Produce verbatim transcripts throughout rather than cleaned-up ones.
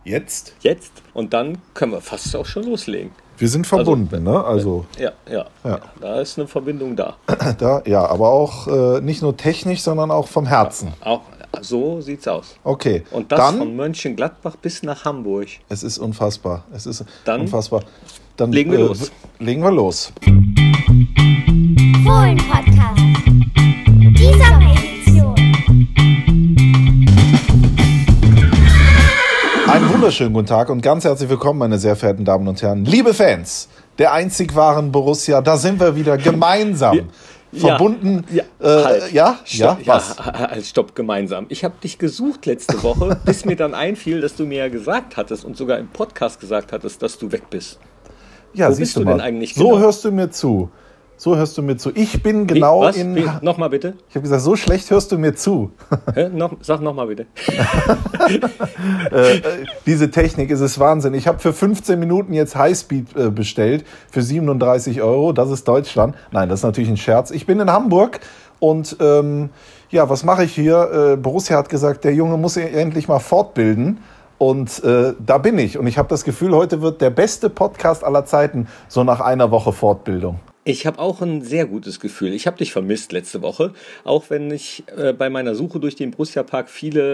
Jetzt? Jetzt. Und dann können wir fast auch schon loslegen. Wir sind verbunden, also, ne? Also, ja, ja, ja, ja. Da ist eine Verbindung da. da ja, aber auch äh, nicht nur technisch, sondern auch vom Herzen. Ja, auch, so sieht's aus. Okay. Und das dann, von Mönchengladbach bis nach Hamburg. Es ist unfassbar. Es ist dann unfassbar. Dann legen wir äh, los. Legen wir los. Fohlen-Podcast. Dieser Edition. Einen wunderschönen guten Tag und ganz herzlich willkommen, meine sehr verehrten Damen und Herren. Liebe Fans der einzig wahren Borussia, da sind wir wieder gemeinsam. Ja. Verbunden. Ja, äh, halt. ja, Stopp, ja, was? Ja, halt, stopp, gemeinsam. Ich habe dich gesucht letzte Woche, bis mir dann einfiel, dass du mir ja gesagt hattest und sogar im Podcast gesagt hattest, dass du weg bist. Ja, Wo siehst bist du du mal. denn eigentlich So genau? hörst du mir zu. So hörst du mir zu. Ich bin genau Wie, was? in... Wie? Nochmal bitte. Ich habe gesagt, so schlecht hörst du mir zu. Hä? Noch, sag nochmal bitte. äh, diese Technik, ist es Wahnsinn. Ich habe für fünfzehn Minuten jetzt Highspeed äh, bestellt für siebenunddreißig Euro. Das ist Deutschland. Nein, das ist natürlich ein Scherz. Ich bin in Hamburg und ähm, ja, was mache ich hier? Äh, Borussia hat gesagt, der Junge muss sich endlich mal fortbilden. Und äh, da bin ich. Und ich habe das Gefühl, heute wird der beste Podcast aller Zeiten, so nach einer Woche Fortbildung. Ich habe auch ein sehr gutes Gefühl. Ich habe dich vermisst letzte Woche, auch wenn ich äh, bei meiner Suche durch den Borussia-Park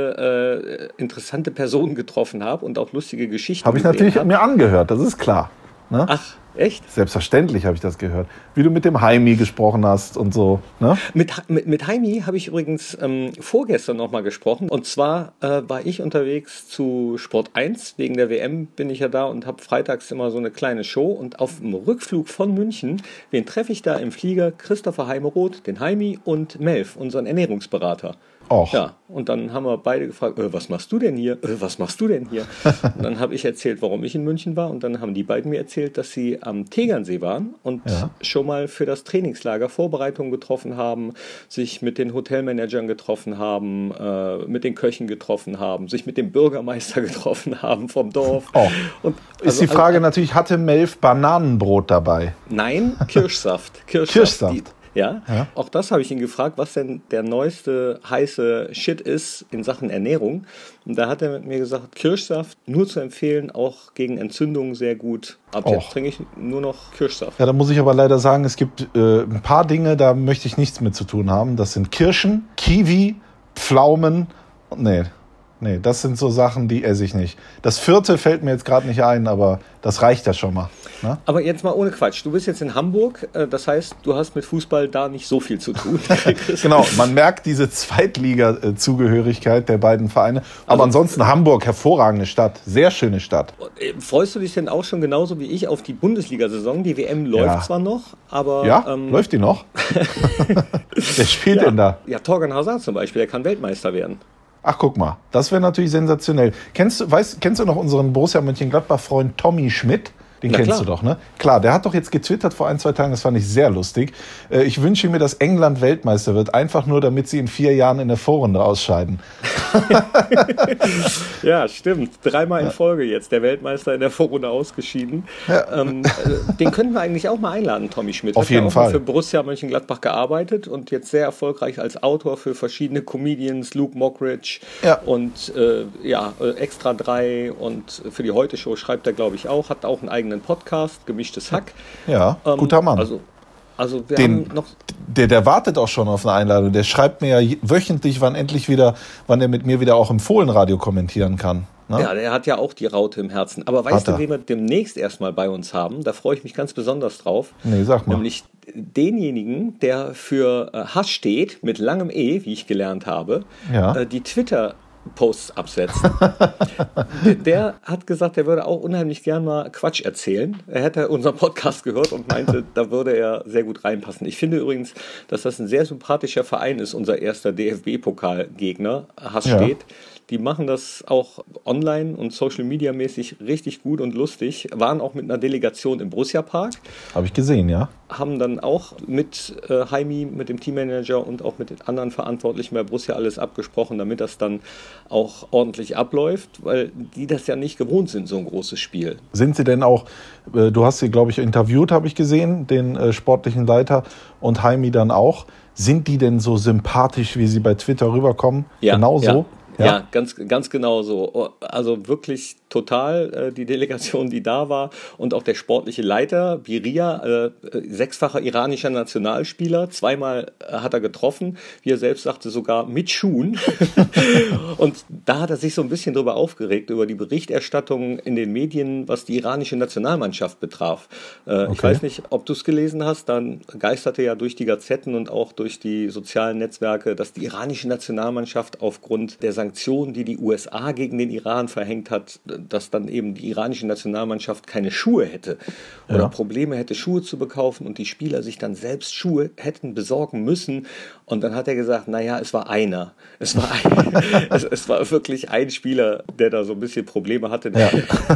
viele äh, interessante Personen getroffen habe und auch lustige Geschichten Habe ich natürlich hab. mir angehört, das ist klar. Ne? Ach, echt? Selbstverständlich habe ich das gehört. Wie du mit dem Heimi gesprochen hast und so. Ne? Mit, mit, mit Heimi habe ich übrigens ähm, vorgestern nochmal gesprochen. Und zwar äh, war ich unterwegs zu Sport eins. Wegen der W M bin ich ja da und habe freitags immer so eine kleine Show. Und auf dem Rückflug von München, wen treffe ich da im Flieger? Christopher Heimeroth, den Heimi und Melf, unseren Ernährungsberater. Och. Ja, und dann haben wir beide gefragt, äh, was machst du denn hier? Äh, was machst du denn hier? Und dann habe ich erzählt, warum ich in München war. Und dann haben die beiden mir erzählt, dass sie am Tegernsee waren und Ja. schon mal für das Trainingslager Vorbereitungen getroffen haben, sich mit den Hotelmanagern getroffen haben, äh, mit den Köchen getroffen haben, sich mit dem Bürgermeister getroffen haben vom Dorf. Oh. Und Ist also, die Frage also, natürlich, hatte Melf Bananenbrot dabei? Nein, Kirschsaft. Kirschsaft. Kirschsaft. Die, ja? Ja. Auch das habe ich ihn gefragt, was denn der neueste heiße Shit ist in Sachen Ernährung. Und da hat er mit mir gesagt, Kirschsaft nur zu empfehlen, auch gegen Entzündungen sehr gut. Ab Och. jetzt trinke ich nur noch Kirschsaft. Ja, da muss ich aber leider sagen, es gibt äh, ein paar Dinge, da möchte ich nichts mit zu tun haben. Das sind Kirschen, Kiwi, Pflaumen. Nee, nee, das sind so Sachen, die esse ich nicht. Das vierte fällt mir jetzt gerade nicht ein, aber das reicht ja schon mal. Ne? Aber jetzt mal ohne Quatsch. Du bist jetzt in Hamburg, äh, das heißt, du hast mit Fußball da nicht so viel zu tun. Genau, man merkt diese Zweitliga-Zugehörigkeit der beiden Vereine. Aber Also, ansonsten Hamburg, hervorragende Stadt, sehr schöne Stadt. Äh, Freust du dich denn auch schon genauso wie ich auf die Bundesliga-Saison? Die W M läuft Ja. zwar noch, aber... Ja, ähm, läuft die noch? Wer spielt ja, denn da? Ja, Torgan Hazard zum Beispiel, der kann Weltmeister werden. Ach, guck mal, das wäre natürlich sensationell. Kennst du, weißt, kennst du noch unseren Borussia Mönchengladbach-Freund Tommy Schmidt? Den Na kennst klar. du doch, ne? Klar, der hat doch jetzt getwittert vor ein, zwei Tagen, das fand ich sehr lustig. Äh, ich wünsche mir, dass England Weltmeister wird, einfach nur, damit sie in vier Jahren in der Vorrunde ausscheiden. Ja, stimmt. Dreimal in Folge jetzt der Weltmeister in der Vorrunde ausgeschieden. Ja. Ähm, äh, den könnten wir eigentlich auch mal einladen, Tommy Schmidt. Auf Hat jeden ja auch Fall. mal für Borussia Mönchengladbach gearbeitet und jetzt sehr erfolgreich als Autor für verschiedene Comedians, Luke Mockridge Ja. und äh, ja, äh, Extra drei und für die Heute-Show schreibt er, glaube ich, auch, hat auch einen eigenen Podcast, Gemischtes Hack. Ja, Ähm, guter Mann. Also, also wir Den, haben noch... der, der wartet auch schon auf eine Einladung. Der schreibt mir ja je- wöchentlich, wann endlich wieder, wann er mit mir wieder auch im Fohlenradio kommentieren kann. Ne? Ja, der hat ja auch die Raute im Herzen. Aber weißt Hat du, er. wen wir demnächst erstmal bei uns haben? Da freue ich mich ganz besonders drauf. Nee, sag mal. Nämlich denjenigen, der für äh, Hass steht, mit langem E, wie ich gelernt habe, Ja. äh, die Twitter-Posts absetzen. der, der hat gesagt, er würde auch unheimlich gern mal Quatsch erzählen. Er hätte unseren Podcast gehört und meinte, da würde er sehr gut reinpassen. Ich finde übrigens, dass das ein sehr sympathischer Verein ist, unser erster D F B-Pokalgegner, Hass Ja. steht. Die machen das auch online und Social-Media-mäßig richtig gut und lustig. Waren auch mit einer Delegation im Borussia-Park. Habe ich gesehen, ja. Haben dann auch mit äh, Heimi, mit dem Teammanager und auch mit den anderen Verantwortlichen bei Borussia alles abgesprochen, damit das dann auch ordentlich abläuft, weil die das ja nicht gewohnt sind, so ein großes Spiel. Sind sie denn auch, äh, du hast sie, glaube ich, interviewt, habe ich gesehen, den äh, sportlichen Leiter und Heimi dann auch. Sind die denn so sympathisch, wie sie bei Twitter rüberkommen? Ja, Genau so? Ja, ja, ganz, ganz genau so. Also wirklich total, äh, die Delegation, die da war. Und auch der sportliche Leiter, Biria, äh, sechsfacher iranischer Nationalspieler. Zweimal äh, hat er getroffen, wie er selbst sagte, sogar mit Schuhen. Und da hat er sich so ein bisschen drüber aufgeregt, über die Berichterstattung in den Medien, was die iranische Nationalmannschaft betraf. Äh, okay. Ich weiß nicht, ob du es gelesen hast, dann geisterte ja durch die Gazetten und auch durch die sozialen Netzwerke, dass die iranische Nationalmannschaft aufgrund der Sanktionen, die die U S A gegen den Iran verhängt hat, dass dann eben die iranische Nationalmannschaft keine Schuhe hätte oder ja. Probleme hätte, Schuhe zu bekaufen und die Spieler sich dann selbst Schuhe hätten besorgen müssen. Und dann hat er gesagt, naja, es war einer. Es war, ein, es, es war wirklich ein Spieler, der da so ein bisschen Probleme hatte. Ja.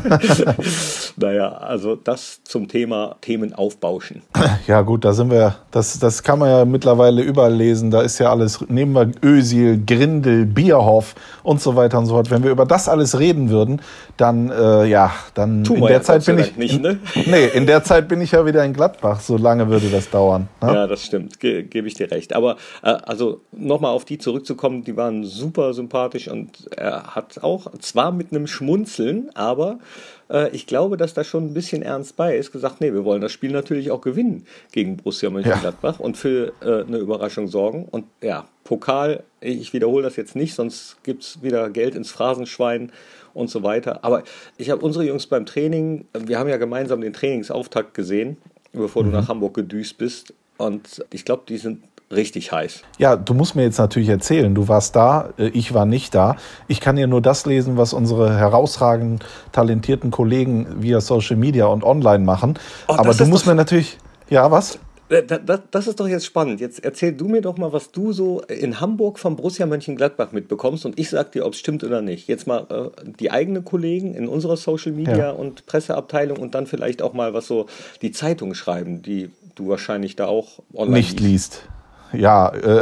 Naja, also das zum Thema Themen aufbauschen. Ja gut, da sind wir, das, das kann man ja mittlerweile überall lesen. Da ist ja alles, nehmen wir Özil, Grindel, Bierhoff und so weiter und so fort. Wenn wir über das alles reden würden, dann, äh, ja, dann Tun in wir der ja Zeit bin ich, nicht, ne? nee, in der Zeit bin ich ja wieder in Gladbach. So lange würde das dauern. Ne? Ja, das stimmt, Ge- gebe ich dir recht. Aber äh, also nochmal auf die zurückzukommen, die waren super sympathisch und er hat auch, zwar mit einem Schmunzeln, aber äh, ich glaube, dass da schon ein bisschen ernst bei ist, gesagt, nee, wir wollen das Spiel natürlich auch gewinnen gegen Borussia Mönchengladbach ja. und für äh, eine Überraschung sorgen. Und ja, Pokal, ich wiederhole das jetzt nicht, sonst gibt es wieder Geld ins Phrasenschwein und so weiter. Aber ich habe unsere Jungs beim Training, wir haben ja gemeinsam den Trainingsauftakt gesehen, bevor mhm. du nach Hamburg gedüst bist. Und ich glaube, die sind richtig heiß. Ja, du musst mir jetzt natürlich erzählen, du warst da, ich war nicht da. Ich kann dir nur das lesen, was unsere herausragend talentierten Kollegen via Social Media und online machen. Oh, aber du musst mir natürlich... Ja, was? Das, das, das ist doch jetzt spannend. Jetzt erzähl du mir doch mal, was du so in Hamburg vom Borussia Mönchengladbach mitbekommst und ich sag dir, ob es stimmt oder nicht. Jetzt mal äh, die eigenen Kollegen in unserer Social Media ja. und Presseabteilung und dann vielleicht auch mal, was so die Zeitungen schreiben, die du wahrscheinlich da auch online nicht liest. Ja, äh,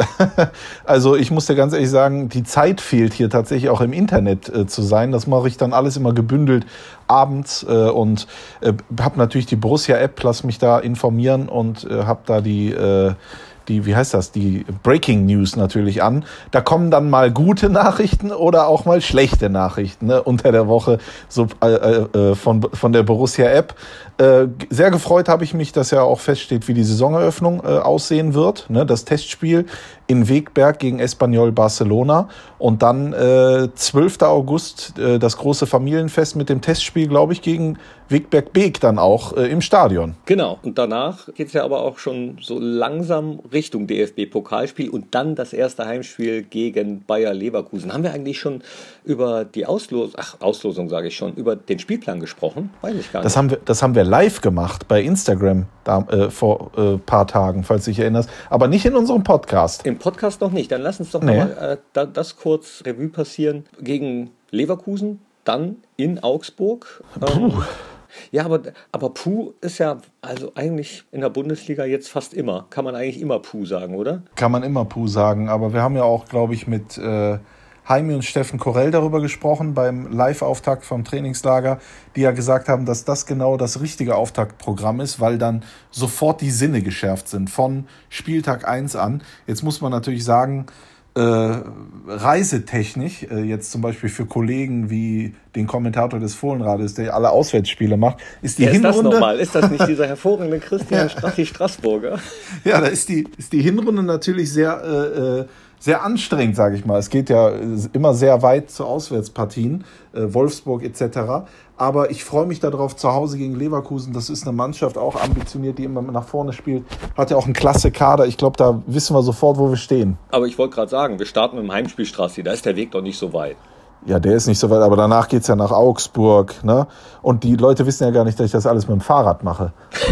also ich muss dir ganz ehrlich sagen, die Zeit fehlt hier tatsächlich auch im Internet äh, zu sein. Das mache ich dann alles immer gebündelt abends äh, und äh, habe natürlich die Borussia-App, lass mich da informieren und äh, habe da die... Äh, die, wie heißt das, die Breaking News natürlich an. Da kommen dann mal gute Nachrichten oder auch mal schlechte Nachrichten, ne, unter der Woche so, äh, äh, von, von der Borussia-App. Äh, sehr gefreut habe ich mich, dass ja auch feststeht, wie die Saisoneröffnung äh, aussehen wird. Ne, das Testspiel in Wegberg gegen Espanyol Barcelona und dann äh, zwölfter August äh, das große Familienfest mit dem Testspiel, glaube ich, gegen Wegberg Beek dann auch äh, im Stadion. Genau, und danach geht es ja aber auch schon so langsam Richtung D F B-Pokalspiel und dann das erste Heimspiel gegen Bayer Leverkusen. Haben wir eigentlich schon über die Auslosung, ach Auslosung sage ich schon, über den Spielplan gesprochen? Weiß ich gar nicht. Das haben wir, das haben wir live gemacht bei Instagram da, äh, vor ein äh, paar Tagen, falls du dich erinnerst, aber nicht in unserem Podcast. Im Podcast noch nicht, dann lass uns doch nee. mal äh, da, das kurz Revue passieren. Gegen Leverkusen, dann in Augsburg. Puh. Ähm, Ja, aber, aber Puh ist ja also eigentlich in der Bundesliga jetzt fast immer. Kann man eigentlich immer Puh sagen, oder? Kann man immer Puh sagen, aber wir haben ja auch, glaube ich, mit äh, Heimi und Steffen Korell darüber gesprochen beim Live-Auftakt vom Trainingslager, die ja gesagt haben, dass das genau das richtige Auftaktprogramm ist, weil dann sofort die Sinne geschärft sind von Spieltag eins an. Jetzt muss man natürlich sagen, Äh, reisetechnisch, äh, jetzt zum Beispiel für Kollegen wie den Kommentator des Fohlenradios, der alle Auswärtsspiele macht, ist die ja, Hinrunde... Ist das nochmal? Ist das nicht dieser hervorragende Christian Strassi Straßburger? Ja, da ist die, ist die Hinrunde natürlich sehr, äh, sehr anstrengend, sage ich mal. Es geht ja immer sehr weit zu Auswärtspartien, äh, Wolfsburg et cetera. Aber ich freue mich darauf, zu Hause gegen Leverkusen. Das ist eine Mannschaft, auch ambitioniert, die immer nach vorne spielt. Hat ja auch einen klasse Kader. Ich glaube, da wissen wir sofort, wo wir stehen. Aber ich wollte gerade sagen, wir starten mit dem Heimspiel Strassi. Da ist der Weg doch nicht so weit. Ja, der ist nicht so weit, aber danach geht's ja nach Augsburg. Ne? Und die Leute wissen ja gar nicht, dass ich das alles mit dem Fahrrad mache.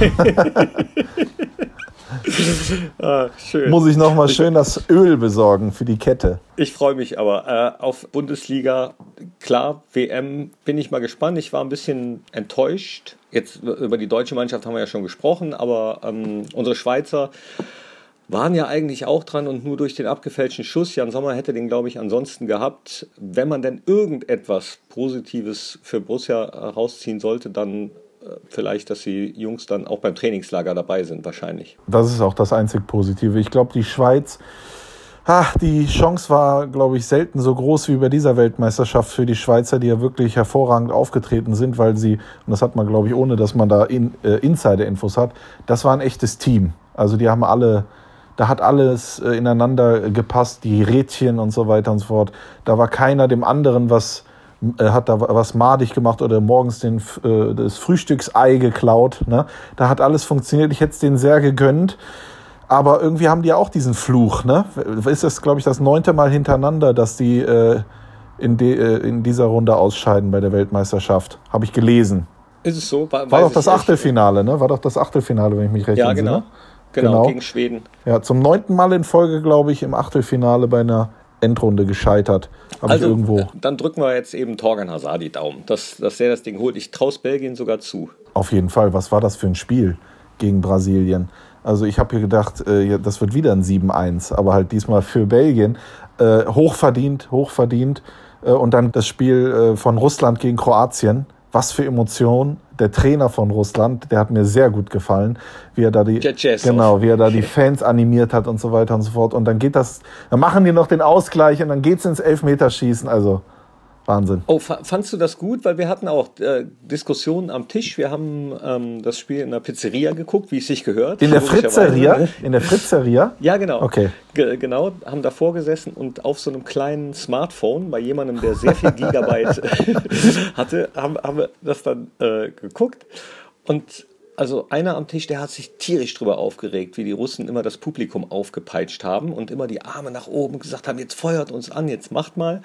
Ah, schön. Muss ich nochmal schön das Öl besorgen für die Kette. Ich freue mich aber äh, auf Bundesliga. Klar, W M bin ich mal gespannt. Ich war ein bisschen enttäuscht. Jetzt über die deutsche Mannschaft haben wir ja schon gesprochen, aber ähm, unsere Schweizer waren ja eigentlich auch dran und nur durch den abgefälschten Schuss. Jan Sommer hätte den, glaube ich, ansonsten gehabt. Wenn man denn irgendetwas Positives für Borussia rausziehen sollte, dann vielleicht, dass die Jungs dann auch beim Trainingslager dabei sind, wahrscheinlich. Das ist auch das einzig Positive. Ich glaube, die Schweiz Ach, die Chance war, glaube ich, selten so groß wie bei dieser Weltmeisterschaft für die Schweizer, die ja wirklich hervorragend aufgetreten sind, weil sie, und das hat man, glaube ich, ohne dass man da in, äh, Insider-Infos hat, das war ein echtes Team. Also die haben alle, da hat alles äh, ineinander gepasst, die Rädchen und so weiter und so fort. Da war keiner dem anderen was, äh, hat da was madig gemacht oder morgens den, äh, das Frühstücksei geklaut. Ne? Da hat alles funktioniert. Ich hätte es denen sehr gegönnt. Aber irgendwie haben die ja auch diesen Fluch, ne? Ist das, glaube ich, das neunte Mal hintereinander, dass die äh, in, de, äh, in dieser Runde ausscheiden bei der Weltmeisterschaft. Habe ich gelesen. Ist es so? War, war doch das Achtelfinale, ne? War doch das Achtelfinale, wenn ich mich recht ja, entsinne. genau. genau. Genau, gegen Schweden. Ja, zum neunten Mal in Folge, glaube ich, im Achtelfinale bei einer Endrunde gescheitert. Hab also, ich irgendwo. Dann drücken wir jetzt eben Torgan Hazard die Daumen, dass, dass der das Ding holt. Ich traue Belgien sogar zu. Auf jeden Fall. Was war das für ein Spiel gegen Brasilien? Also ich habe hier gedacht, äh, das wird wieder ein sieben eins, aber halt diesmal für Belgien. Äh, hochverdient, hochverdient. Äh, und dann das Spiel äh, von Russland gegen Kroatien. Was für Emotionen. Der Trainer von Russland, der hat mir sehr gut gefallen, wie er da die, genau, wie er da die Fans animiert hat und so weiter und so fort. Und dann geht das, dann machen die noch den Ausgleich und dann geht's ins Elfmeterschießen. Also Wahnsinn. Oh, fandst du das gut? Weil wir hatten auch äh, Diskussionen am Tisch. Wir haben ähm, das Spiel in der Pizzeria geguckt, wie es sich gehört. In der Fritzeria? In der Fritzeria? Ja, genau. Okay. G- genau, haben davor gesessen und auf so einem kleinen Smartphone bei jemandem, der sehr viel Gigabyte hatte, haben, haben wir das dann äh, geguckt. Und also einer am Tisch, der hat sich tierisch drüber aufgeregt, wie die Russen immer das Publikum aufgepeitscht haben und immer die Arme nach oben gesagt haben, jetzt feuert uns an, jetzt macht mal.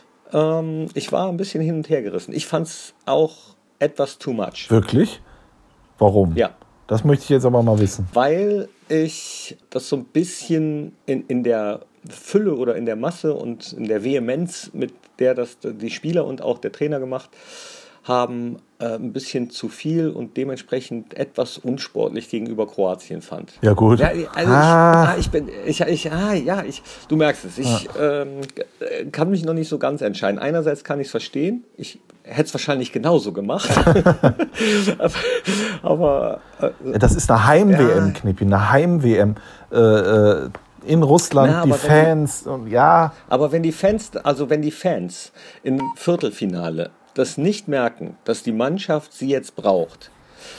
Ich war ein bisschen hin und her gerissen. Ich fand es auch etwas too much. Wirklich? Warum? Ja. Das möchte ich jetzt aber mal wissen. Weil ich das so ein bisschen in, in der Fülle oder in der Masse und in der Vehemenz, mit der das die Spieler und auch der Trainer gemacht haben, äh, ein bisschen zu viel und dementsprechend etwas unsportlich gegenüber Kroatien fand. Ja, gut. Ja, also ah. Ich, ah, ich bin, ich, ich, ah, ja, ich, du merkst es, ich ah. ähm, kann mich noch nicht so ganz entscheiden. Einerseits kann ich es verstehen, ich hätte es wahrscheinlich genauso gemacht. aber äh, das ist eine Heim-W M, ja. Knippi, eine Heim-W M. Äh, äh, in Russland, Na, die Fans, die, und ja. Aber wenn die Fans, also wenn die Fans im Viertelfinale das nicht merken, dass die Mannschaft sie jetzt braucht,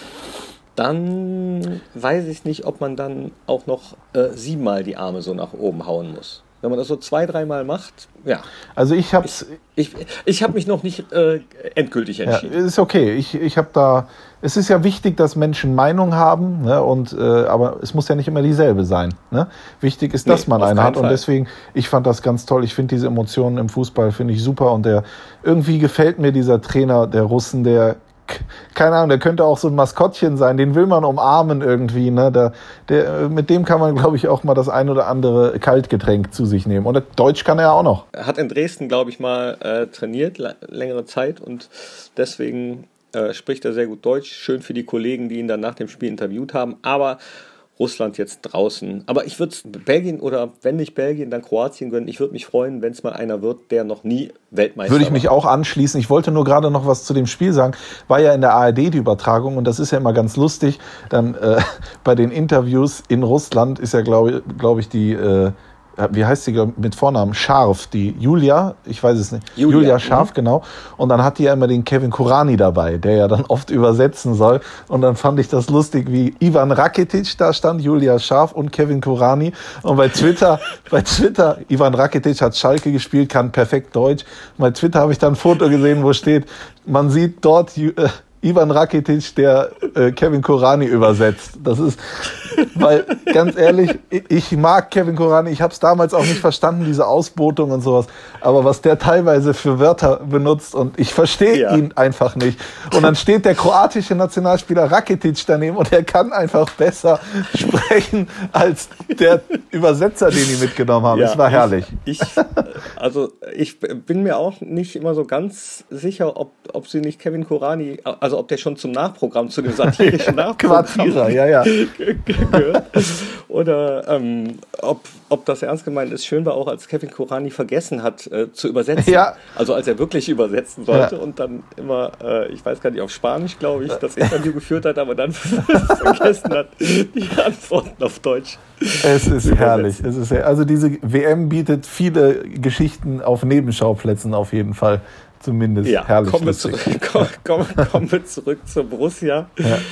dann weiß ich nicht, ob man dann auch noch äh, siebenmal die Arme so nach oben hauen muss. Wenn man das so zwei, dreimal macht, ja. Also ich hab's... Ich, ich, ich habe mich noch nicht äh, endgültig entschieden. Ja, ist okay. Ich, ich habe da... Es ist ja wichtig, dass Menschen Meinung haben, ne, und, äh, aber es muss ja nicht immer dieselbe sein. Ne? Wichtig ist, dass nee, man eine hat. Fall. Und deswegen, ich fand das ganz toll. Ich finde diese Emotionen im Fußball, finde ich super. Und der irgendwie gefällt mir dieser Trainer der Russen, der... Keine Ahnung, der könnte auch so ein Maskottchen sein, den will man umarmen irgendwie. Ne? Der, der, mit dem kann man, glaube ich, auch mal das ein oder andere Kaltgetränk zu sich nehmen. Und Deutsch kann er ja auch noch. Er hat in Dresden, glaube ich, mal äh, trainiert, l- längere Zeit. Und deswegen äh, spricht er sehr gut Deutsch. Schön für die Kollegen, die ihn dann nach dem Spiel interviewt haben. Aber Russland jetzt draußen. Aber ich würde es Belgien oder wenn nicht Belgien, dann Kroatien gönnen. Ich würde mich freuen, wenn es mal einer wird, der noch nie Weltmeister war. Würde ich mich auch anschließen. Ich wollte nur gerade noch was zu dem Spiel sagen. War ja in der A R D die Übertragung und das ist ja immer ganz lustig. Dann äh, bei den Interviews in Russland ist ja, glaube glaub ich, die... Äh, wie heißt sie mit Vornamen? Scharf, die Julia, ich weiß es nicht. Julia, Julia Scharf, mhm. genau. Und dann hat die ja immer den Kevin Kurani dabei, der ja dann oft übersetzen soll. Und dann fand ich das lustig, wie Ivan Rakitic da stand, Julia Scharf und Kevin Kurani. Und bei Twitter, bei Twitter, Ivan Rakitic hat Schalke gespielt, kann perfekt Deutsch. Und bei Twitter habe ich dann ein Foto gesehen, wo steht, man sieht dort äh, Ivan Rakitic, der äh, Kevin Kurani übersetzt. Das ist, weil, ganz ehrlich, ich mag Kevin Kurani, ich habe es damals auch nicht verstanden, diese Ausbotung und sowas, aber was der teilweise für Wörter benutzt und ich verstehe ja. ihn einfach nicht. Und dann steht der kroatische Nationalspieler Rakitic daneben und er kann einfach besser sprechen als der Übersetzer, den die mitgenommen haben. Es ja, war herrlich. Ich, ich, also ich bin mir auch nicht immer so ganz sicher, ob, ob sie nicht Kevin Kurani, also ob der schon zum Nachprogramm, zu dem satirischen Nachprogramm Quartierer, ja, ja. gehört. oder ähm, ob, ob das ernst gemeint ist. Schön war auch, als Kevin Kurani vergessen hat äh, zu übersetzen. Ja. Also als er wirklich übersetzen sollte Ja. und dann immer, äh, ich weiß gar nicht, auf Spanisch, glaube ich, das Interview geführt hat, aber dann vergessen hat, die Antworten auf Deutsch. Es ist herrlich. Es ist her- also diese W M bietet viele Geschichten auf Nebenschauplätzen auf jeden Fall. Zumindest Ja, herrlich kommen wir, lustig. zurück, komm, komm, kommen wir zurück zur Borussia.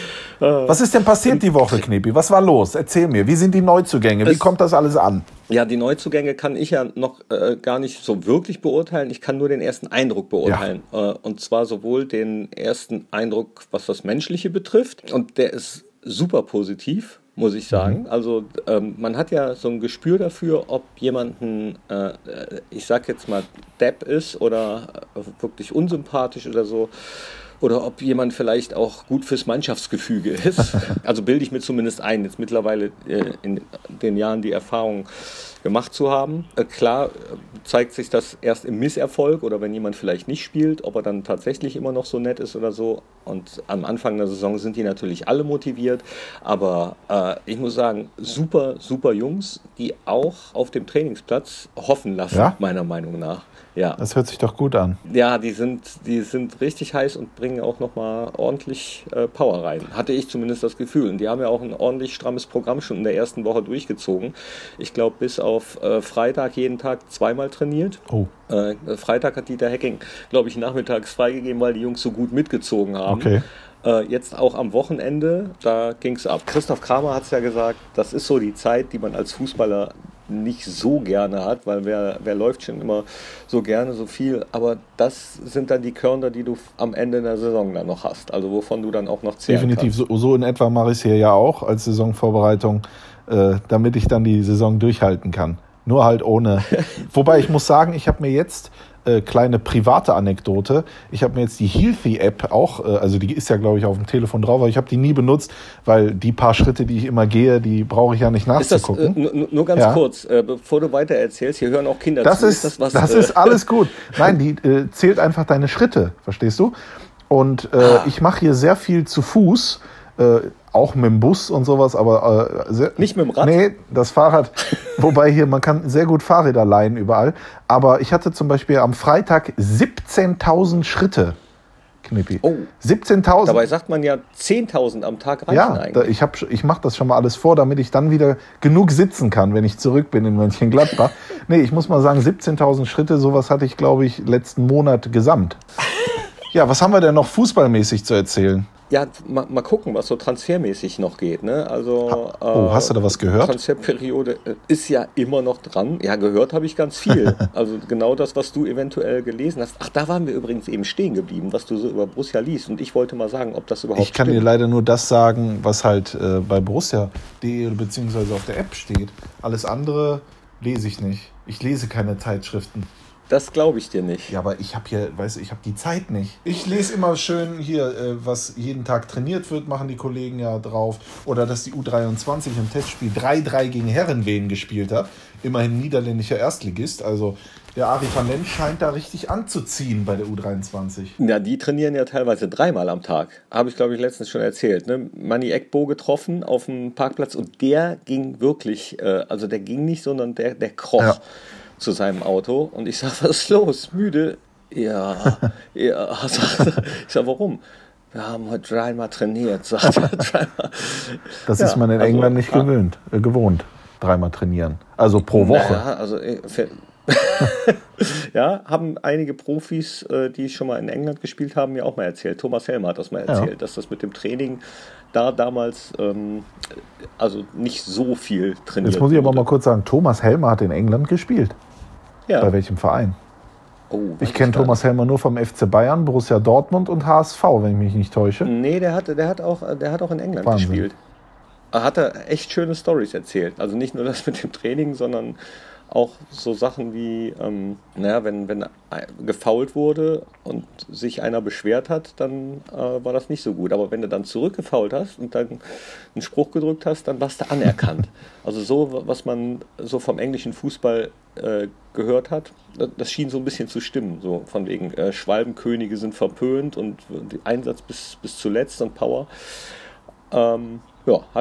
Ja. Was ist denn passiert die Woche, Knepi? Was war los? Erzähl mir. Wie sind die Neuzugänge? Wie Es- kommt das alles an? Ja, die Neuzugänge kann ich ja noch äh, gar nicht so wirklich beurteilen. Ich kann nur den ersten Eindruck beurteilen. Äh, und zwar sowohl den ersten Eindruck, was das Menschliche betrifft. Und der ist super positiv, muss ich sagen. Also ähm, man hat ja so ein Gespür dafür, ob jemand ein, äh, ich sag jetzt mal, Depp ist oder äh, wirklich unsympathisch oder so. Oder ob jemand vielleicht auch gut fürs Mannschaftsgefüge ist. Also bilde ich mir zumindest ein, jetzt mittlerweile äh, in den Jahren die Erfahrung gemacht zu haben. Äh, klar äh, zeigt sich das erst im Misserfolg oder wenn jemand vielleicht nicht spielt, ob er dann tatsächlich immer noch so nett ist oder so. Und am Anfang der Saison sind die natürlich alle motiviert. Aber äh, ich muss sagen, super, super Jungs, die auch auf dem Trainingsplatz hoffen lassen, Ja? meiner Meinung nach. Ja. Das hört sich doch gut an. Ja, die sind, die sind richtig heiß und bringen auch nochmal ordentlich äh, Power rein. Hatte ich zumindest das Gefühl. Und die haben ja auch ein ordentlich strammes Programm schon in der ersten Woche durchgezogen. Ich glaube, bis auf äh, Freitag jeden Tag zweimal trainiert. Oh, Äh, Freitag hat Dieter Hecking, glaube ich, nachmittags freigegeben, weil die Jungs so gut mitgezogen haben. okay. Äh, jetzt auch am Wochenende, da ging es ab. Christoph Kramer hat es ja gesagt, das ist so die Zeit, die man als Fußballer nicht so gerne hat, weil wer, wer läuft schon immer so gerne, so viel. Aber das sind dann die Körner, die du am Ende der Saison dann noch hast. Also wovon du dann auch noch zehren Definitiv. kannst. So, so in etwa mache ich es hier ja auch als Saisonvorbereitung, äh, damit ich dann die Saison durchhalten kann. Nur halt ohne. Wobei ich muss sagen, ich habe mir jetzt äh, kleine private Anekdote. Ich habe mir jetzt die Healthy-App auch, äh, also die ist ja, glaube ich, auf dem Telefon drauf, aber ich habe die nie benutzt, weil die paar Schritte, die ich immer gehe, die brauche ich ja nicht Ist das, äh, nachzugucken. nur, nur ganz Ja. kurz, äh, bevor du weiter erzählst, hier hören auch Kinder Das zu. ist, das, was, das äh, ist alles gut. Nein, die äh, zählt einfach deine Schritte, verstehst du? Und äh, Ah. ich mache hier sehr viel zu Fuß, äh, auch mit dem Bus und sowas, aber äh, sehr, Nicht mit dem Rad? Nee, das Fahrrad. Wobei hier, man kann sehr gut Fahrräder leihen überall. Aber ich hatte zum Beispiel am Freitag siebzehntausend Schritte, Knippi. Oh. siebzehntausend. Dabei sagt man ja zehntausend am Tag reichen Ja, da, eigentlich. ich, hab, ich mache das schon mal alles vor, damit ich dann wieder genug sitzen kann, wenn ich zurück bin in Mönchengladbach. Nee, ich muss mal sagen, siebzehntausend Schritte, sowas hatte ich, glaube ich, letzten Monat gesamt. Ja, was haben wir denn noch fußballmäßig zu erzählen? Ja, mal, mal gucken, was so transfermäßig noch geht. Ne? Also, Oh, hast du da was gehört? Transferperiode äh, ist ja immer noch dran. Ja, gehört habe ich ganz viel. Also genau das, was du eventuell gelesen hast. Ach, da waren wir übrigens eben stehen geblieben, was du so über Borussia liest. Und ich wollte mal sagen, ob das überhaupt Ich kann dir stimmt. leider nur das sagen, was halt äh, bei Borussia punkt de bzw. auf der App steht. Alles andere lese ich nicht. Ich lese keine Zeitschriften. Das glaube ich dir nicht. Ja, aber ich habe hier, weißt du, ich habe die Zeit nicht. Ich lese immer schön hier, äh, was jeden Tag trainiert wird, machen die Kollegen ja drauf. Oder dass die U dreiundzwanzig im Testspiel drei drei gegen Herrenwehen gespielt hat. Immerhin niederländischer Erstligist. Also der Arie van Lent scheint da richtig anzuziehen bei der U dreiundzwanzig. Ja, die trainieren ja teilweise dreimal am Tag. Habe ich, glaube ich, letztens schon erzählt. Ne? Manni Ekbo getroffen auf dem Parkplatz und der ging wirklich, äh, also der ging nicht, sondern der, der kroch Ja. zu seinem Auto. Und ich sage, was ist los? Müde? Ja, ja. Sagt, ich sage, warum? Wir haben heute dreimal trainiert, sagt er. Dreimal. Das Ja, ist man in also, England nicht ah. gewöhnt, äh, gewohnt. Dreimal trainieren. Also pro Woche. Naja, also äh, für- ja, haben einige Profis, äh, die schon mal in England gespielt haben, mir auch mal erzählt. Thomas Helmer hat das mal erzählt, Ja. dass das mit dem Training da damals ähm, also nicht so viel trainiert Jetzt muss ich aber wurde. mal kurz sagen, Thomas Helmer hat in England gespielt. Ja. Bei welchem Verein? Oh, weiß Ich kenne gar Thomas Helmer nur vom F C Bayern, Borussia Dortmund und H S V, wenn ich mich nicht täusche. nicht. Nee, der hat, der hat, auch, der hat auch in England Wahnsinn. gespielt. Er hat da echt schöne Storys erzählt. Also nicht nur das mit dem Training, sondern auch so Sachen wie, ähm, naja, wenn, wenn gefoult wurde und sich einer beschwert hat, dann äh, war das nicht so gut. Aber wenn du dann zurückgefoult hast und dann einen Spruch gedrückt hast, dann warst du anerkannt. Also so, was man so vom englischen Fußball äh, gehört hat, das, das schien so ein bisschen zu stimmen. So von wegen äh, Schwalbenkönige sind verpönt und Einsatz bis, bis zuletzt und Power. Ähm, ja, hat er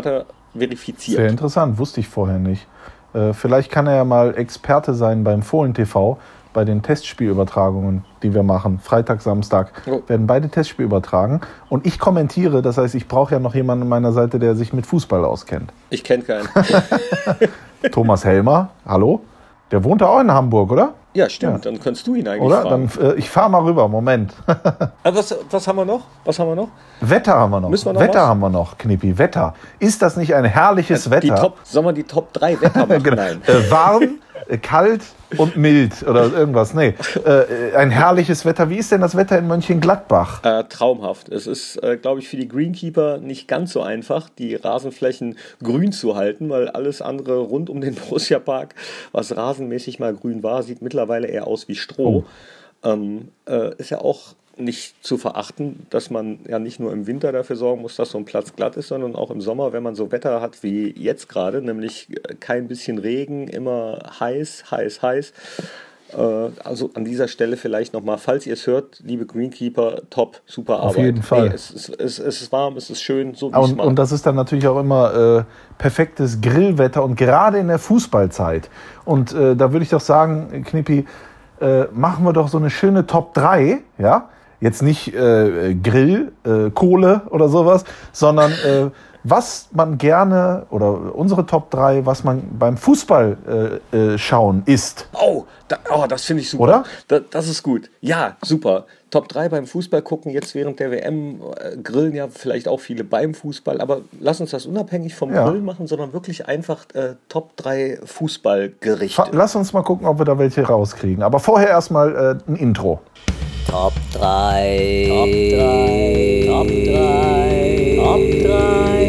verifiziert. Sehr interessant, wusste ich vorher nicht. Äh, vielleicht kann er ja mal Experte sein beim Fohlen T V, bei den Testspielübertragungen, die wir machen. Freitag, Samstag Oh. werden beide Testspiele übertragen. Und ich kommentiere, das heißt, ich brauche ja noch jemanden an meiner Seite, der sich mit Fußball auskennt. Ich kenne keinen. Thomas Helmer, hallo? Der wohnt ja auch in Hamburg, oder? Ja, stimmt. Dann könntest du ihn eigentlich Oder? fragen. Dann, äh, ich fahre mal rüber, Moment. Ah, was, was haben wir noch? Was haben wir noch? Wetter haben wir noch. Müssen wir noch Wetter was? haben wir noch, Knippi. Wetter. Ist das nicht ein herrliches Die Wetter? Top, sollen wir die Top drei Wetter machen? Genau. Nein. Äh, warm, äh, kalt und mild oder irgendwas. Nee, äh, ein herrliches Wetter. Wie ist denn das Wetter in Mönchengladbach? Äh, traumhaft. Es ist, äh, glaube ich, für die Greenkeeper nicht ganz so einfach, die Rasenflächen grün zu halten, weil alles andere rund um den Borussia-Park, was rasenmäßig mal grün war, sieht mittlerweile eher aus wie Stroh. Ähm, äh, ist ja auch nicht zu verachten, dass man ja nicht nur im Winter dafür sorgen muss, dass so ein Platz glatt ist, sondern auch im Sommer, wenn man so Wetter hat wie jetzt gerade, nämlich kein bisschen Regen, immer heiß, heiß, heiß. Also an dieser Stelle vielleicht nochmal, falls ihr es hört, liebe Greenkeeper, top, super Arbeit. Auf jeden Fall. Hey, es, ist, es, es ist warm, es ist schön, so wie Ah, ich es Und, mag. und das ist dann natürlich auch immer äh, perfektes Grillwetter und gerade in der Fußballzeit. Und äh, da würde ich doch sagen, Knippi, äh, machen wir doch so eine schöne Top drei, ja? Jetzt nicht äh, Grill, äh, Kohle oder sowas, sondern äh, was man gerne, oder unsere Top drei, was man beim Fußball äh, äh, schauen isst. Oh, da, oh, das finde ich super. Oder? Da, das ist gut. Ja, super. Top drei beim Fußball gucken, jetzt während der W M, äh, grillen ja vielleicht auch viele beim Fußball, aber lass uns das unabhängig vom Ja. Grillen machen, sondern wirklich einfach äh, Top drei Fußballgerichte. Fa- Lass uns mal gucken, ob wir da welche rauskriegen. Aber vorher erstmal äh, ein Intro. Top drei. Top drei. Top drei. Top drei.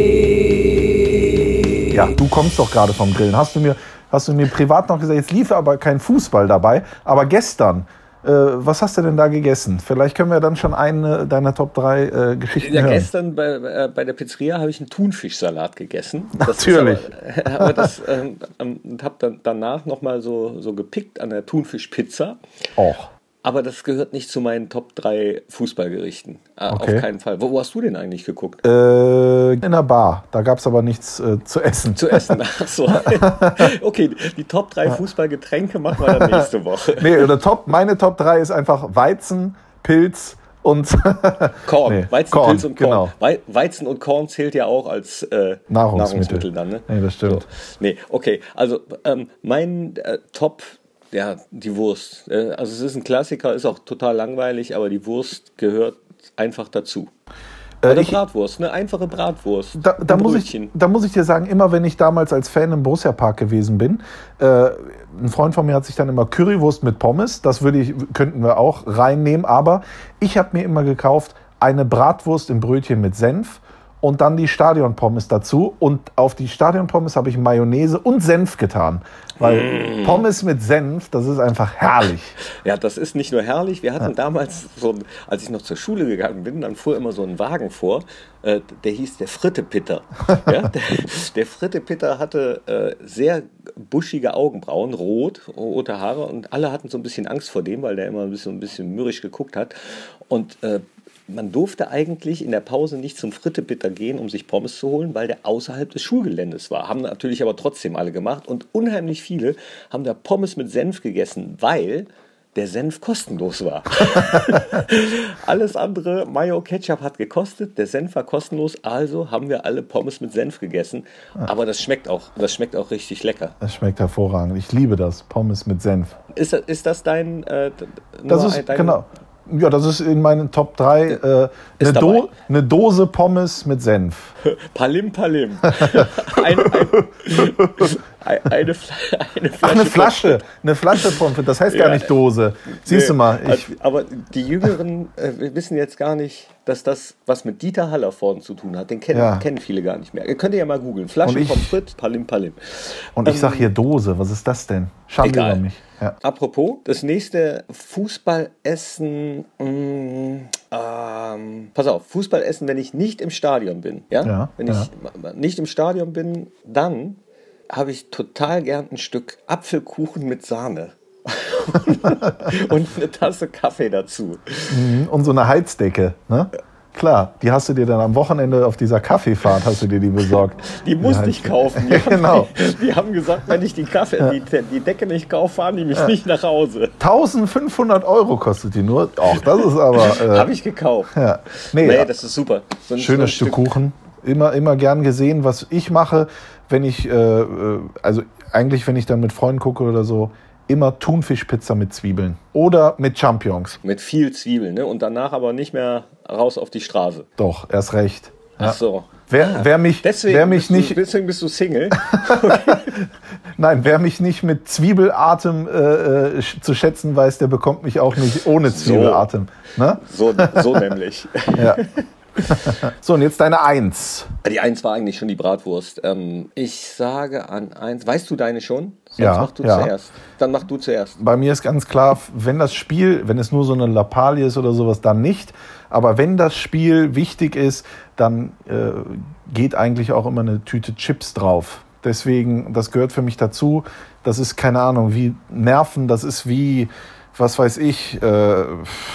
Ja, du kommst doch gerade vom Grillen. Hast du mir, hast du mir privat noch gesagt, jetzt lief aber kein Fußball dabei, aber gestern, äh, was hast du denn da gegessen? Vielleicht können wir dann schon eine deiner Top drei äh, Geschichten Ja, hören. gestern bei, äh, bei der Pizzeria habe ich einen Thunfischsalat gegessen. Das Natürlich. Ist aber, aber das ähm, ähm, und habe dann danach nochmal so, so gepickt an der Thunfischpizza. Och. Aber das gehört nicht zu meinen Top drei Fußballgerichten. Äh, Okay. Auf keinen Fall. Wo, wo hast du denn eigentlich geguckt? Äh, in der Bar. Da gab es aber nichts äh, zu essen. Zu essen. Ach so. Okay, die Top drei Fußballgetränke machen wir dann nächste Woche. Nee, oder Top, meine Top drei ist einfach Weizen, Pilz und Korn. Nee, Weizen, Korn, Pilz und Korn. genau. Wei- Weizen und Korn zählt ja auch als äh, Nahrungsmittel. Nahrungsmittel dann, ne? Nee, das stimmt. So. Nee, okay. Also ähm, mein äh, Top, ja, die Wurst. Äh, also es ist ein Klassiker, ist auch total langweilig, aber die Wurst gehört einfach dazu. Eine ich- Bratwurst, eine einfache Bratwurst. Da, da, Ein muss ich, Brötchen. da muss ich dir sagen, immer wenn ich damals als Fan im Borussia-Park gewesen bin, äh, ein Freund von mir hat sich dann immer Currywurst mit Pommes, das würde ich, könnten wir auch reinnehmen, aber ich habe mir immer gekauft eine Bratwurst im Brötchen mit Senf und dann die Stadionpommes dazu und auf die Stadionpommes habe ich Mayonnaise und Senf getan, weil Mm. Pommes mit Senf, das ist einfach herrlich. Ja, das ist nicht nur herrlich. Wir hatten damals, so, ein- als ich noch zur Schule gegangen bin, dann fuhr immer so ein Wagen vor, äh, der hieß der Frittepitter. Ja, der, der Frittepitter hatte äh, sehr buschige Augenbrauen, rot, rote Haare und alle hatten so ein bisschen Angst vor dem, weil der immer ein bisschen, ein bisschen mürrisch geguckt hat. Und äh, man durfte eigentlich in der Pause nicht zum Frittepitter gehen, um sich Pommes zu holen, weil der außerhalb des Schulgeländes war. Haben natürlich aber trotzdem alle gemacht und unheimlich viele haben da Pommes mit Senf gegessen, weil der Senf kostenlos war. Alles andere, Mayo, Ketchup hat gekostet, der Senf war kostenlos, also haben wir alle Pommes mit Senf gegessen. Aber das schmeckt auch, das schmeckt auch richtig lecker. Das schmeckt hervorragend. Ich liebe das, Pommes mit Senf. Ist, das- ist das dein, äh, Das nur ist, ein- dein genau. Ja, das ist in meinen Top drei äh, eine, Ist Do dabei. eine Dose Pommes mit Senf. Palim Palim. Ein, ein, eine, Fla- eine Flasche. Ach, eine Flasche. Eine Flasche Pommes frites. Das heißt gar Ja. nicht Dose. Siehst du mal, ich, Also, aber die Jüngeren äh, wissen jetzt gar nicht, dass das was mit Dieter Haller vorne zu tun hat. Den kennen, Ja. kennen viele gar nicht mehr. Ihr könnt ja mal googeln. Flasche Und ich- Pommes frites, Palim Palim. und ich sag hier Dose. Was ist das denn? Schande Egal. über mich. Ja. Apropos, das nächste Fußballessen. Mh, ähm, pass auf, Fußballessen, wenn ich nicht im Stadion bin. Ja? Ja, wenn ja. ich nicht im Stadion bin, dann habe ich total gern ein Stück Apfelkuchen mit Sahne. Und eine Tasse Kaffee dazu. Und so eine Heizdecke. Ne? Klar, die hast du dir dann am Wochenende auf dieser Kaffeefahrt, hast du dir die besorgt. Die musste ich kaufen. Die, genau. haben, die haben gesagt, wenn ich die, Kaffee, ja. die, die Decke nicht kaufe, fahren die mich ja. nicht nach Hause. eintausendfünfhundert Euro kostet die nur. Ach, das ist aber... Äh, Habe ich gekauft. Ja. Nee, nee, das ist super. So ein schönes Stück, Stück Kuchen. Immer, immer gern gesehen, was ich mache, wenn ich, äh, also eigentlich, wenn ich dann mit Freunden gucke oder so, immer Thunfischpizza mit Zwiebeln oder mit Champignons. Mit viel Zwiebeln, ne? Und danach aber nicht mehr raus auf die Straße. Doch, erst recht. Ja. Ach so. Wer, wer mich, deswegen, wer mich bist nicht, du, deswegen bist du Single. Okay. Nein, wer mich nicht mit Zwiebelatem äh, zu schätzen weiß, der bekommt mich auch nicht ohne Zwiebelatem. So, ne? so, so nämlich. Ja. So, und jetzt deine Eins. Die Eins war eigentlich schon die Bratwurst. Ähm, ich sage an Eins. Weißt du deine schon? Sonst ja, mach du ja. zuerst. Dann mach du zuerst. Bei mir ist ganz klar, wenn das Spiel, wenn es nur so eine Lappalie ist oder sowas, dann nicht. Aber wenn das Spiel wichtig ist, dann äh, geht eigentlich auch immer eine Tüte Chips drauf. Deswegen, das gehört für mich dazu. Das ist, keine Ahnung, wie Nerven, das ist wie, was weiß ich, äh,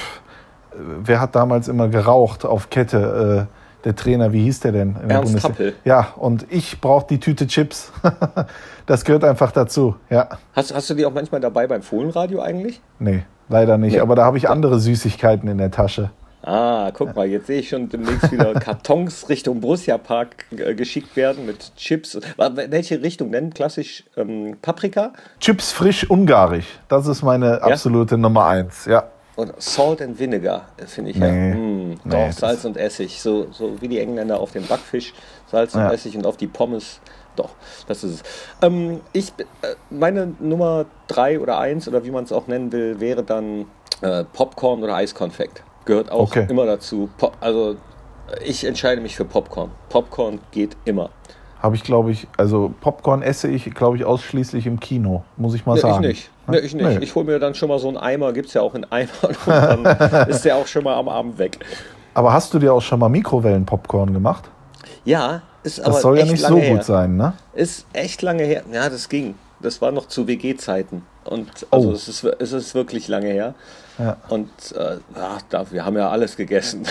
wer hat damals immer geraucht auf Kette? Äh, der Trainer, wie hieß der denn? In der Ernst Bundesliga? Happel. Ja, und ich brauche die Tüte Chips. Das gehört einfach dazu, ja. Hast, hast du die auch manchmal dabei beim Fohlenradio eigentlich? Nee, leider nicht. Nee. Aber da habe ich andere Süßigkeiten in der Tasche. Ah, guck mal, jetzt sehe ich schon demnächst wieder Kartons Richtung Borussia Park äh, geschickt werden mit Chips. Welche Richtung denn? Klassisch ähm, Paprika? Chips frisch ungarisch. Das ist meine absolute ja? Nummer eins, ja. Und Salt and Vinegar, finde ich nee, ja. Mm, nee, doch, Salz und Essig. So, so wie die Engländer auf den Backfisch, Salz und ja. Essig und auf die Pommes. Doch, das ist es. Ähm, ich, äh, meine Nummer drei oder eins, oder wie man es auch nennen will, wäre dann äh, Popcorn oder Eiskonfekt. Gehört auch okay. immer dazu. Pop, also ich entscheide mich für Popcorn. Popcorn geht immer. Habe ich, glaube ich, also Popcorn esse ich, glaube ich, ausschließlich im Kino, muss ich mal nee, sagen. Ich nicht. Nee, ich nicht. Nee. Ich hole mir dann schon mal so einen Eimer, gibt es ja auch in Eimer, und dann ist der auch schon mal am Abend weg. Aber hast du dir auch schon mal Mikrowellen-Popcorn gemacht? Ja, ist aber das soll ja echt nicht lange so gut her. sein, ne? Ist echt lange her. Ja, das ging. Das war noch zu W G-Zeiten. Und also oh. es, ist, es ist wirklich lange her. Ja. Und äh, ja, da, wir haben ja alles gegessen.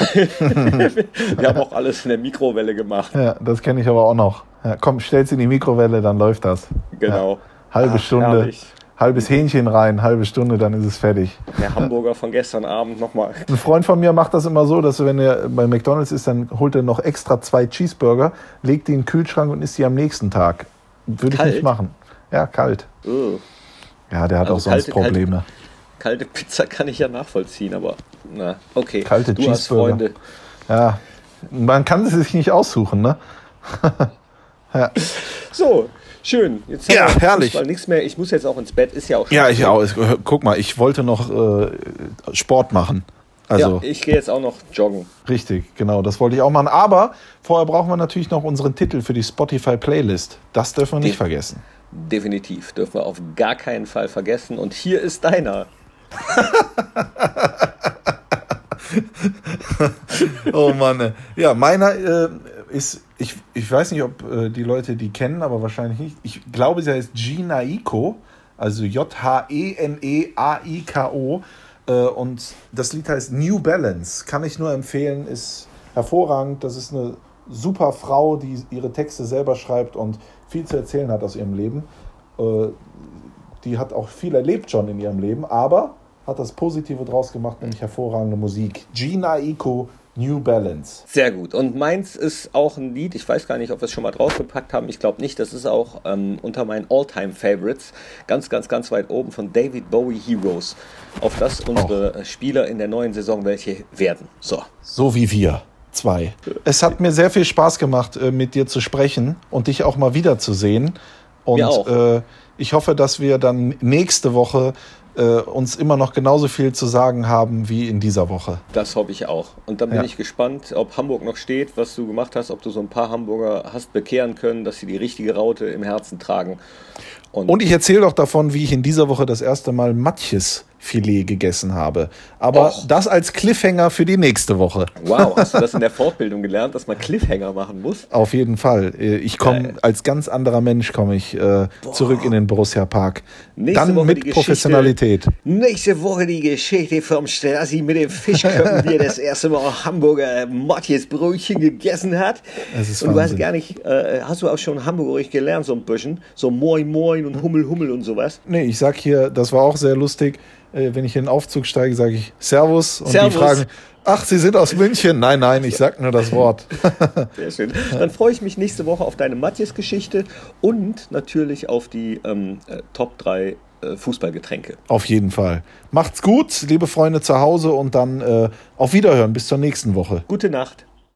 Wir haben auch alles in der Mikrowelle gemacht. Ja, das kenne ich aber auch noch. Ja, komm, stell's in die Mikrowelle, dann läuft das. Genau. Ja. Halbe Ach, Stunde, herrlich. Halbes Hähnchen rein, halbe Stunde, dann ist es fertig. Der Hamburger von gestern Abend nochmal. Ein Freund von mir macht das immer so, dass wenn er bei McDonald's ist, dann holt er noch extra zwei Cheeseburger, legt die in den Kühlschrank und isst die am nächsten Tag. Würde ich kalt? nicht machen. Ja, kalt. Uh. Ja, der hat also auch sonst kalte, Probleme. Kalte, kalte Pizza kann ich ja nachvollziehen, aber na, okay. Kalte du Cheeseburger. Hast Freunde. Ja, man kann es sich nicht aussuchen, ne? Ja. So, schön. Jetzt ja, haben wir herrlich. Fußball, nichts mehr. Ich muss jetzt auch ins Bett. Ist ja auch schon. Ja, ich auch. Guck mal, ich wollte noch äh, Sport machen. Also, ja, ich gehe jetzt auch noch joggen. Richtig, genau. Das wollte ich auch machen. Aber vorher brauchen wir natürlich noch unseren Titel für die Spotify-Playlist. Das dürfen wir nicht De- vergessen. Definitiv. Dürfen wir auf gar keinen Fall vergessen. Und hier ist deiner. Oh Mann. Ja, meiner äh, ist, ich, ich weiß nicht, ob äh, die Leute die kennen, aber wahrscheinlich nicht. Ich glaube, sie heißt Jhené Aiko, also J H E N E A I K O. Äh, und das Lied heißt New Balance. Kann ich nur empfehlen, ist hervorragend. Das ist eine super Frau, die ihre Texte selber schreibt und viel zu erzählen hat aus ihrem Leben. Äh, die hat auch viel erlebt schon in ihrem Leben, aber hat das Positive draus gemacht, nämlich hervorragende Musik. Jhené Aiko, New Balance. Sehr gut. Und meins ist auch ein Lied, ich weiß gar nicht, ob wir es schon mal draufgepackt haben, ich glaube nicht, das ist auch ähm, unter meinen All-Time-Favorites, ganz, ganz, ganz weit oben von David Bowie, Heroes, auf das unsere oh. Spieler in der neuen Saison welche werden. So. So wie wir. Zwei. Es hat mir sehr viel Spaß gemacht, mit dir zu sprechen und dich auch mal wiederzusehen. Und mir auch. Äh, ich hoffe, dass wir dann nächste Woche äh, uns immer noch genauso viel zu sagen haben wie in dieser Woche. Das hoffe ich auch. Und dann bin ja. ich gespannt, ob Hamburg noch steht, was du gemacht hast, ob du so ein paar Hamburger hast bekehren können, dass sie die richtige Raute im Herzen tragen. Und, und ich erzähle doch davon, wie ich in dieser Woche das erste Mal Matjes Filet gegessen habe. Aber Och. das als Cliffhanger für die nächste Woche. Wow, hast du das in der Fortbildung gelernt, dass man Cliffhanger machen muss? Auf jeden Fall. Ich komme Geil. als ganz anderer Mensch komme ich äh, zurück in den Borussia Park. Nächste Dann Woche mit die Geschichte- Professionalität. Nächste Woche die Geschichte vom Strassi mit dem Fischköpfen, wie er das erste Mal Hamburger Matthias Brötchen gegessen hat. Es ist und du hast Wahnsinn. gar nicht, äh, hast du auch schon Hamburgerisch gelernt, so ein bisschen? So Moin Moin und Hummel Hummel und sowas? Nee, ich sag hier, das war auch sehr lustig. Äh, wenn ich in den Aufzug steige, sage ich Servus. Und Servus. die fragen, ach, Sie sind aus München? Nein, nein, ich sag nur das Wort. Sehr schön. Dann freue ich mich nächste Woche auf deine Matthias-Geschichte und natürlich auf die ähm, äh, Top drei äh, Fußballgetränke. Auf jeden Fall. Macht's gut, liebe Freunde zu Hause und dann äh, auf Wiederhören. Bis zur nächsten Woche. Gute Nacht.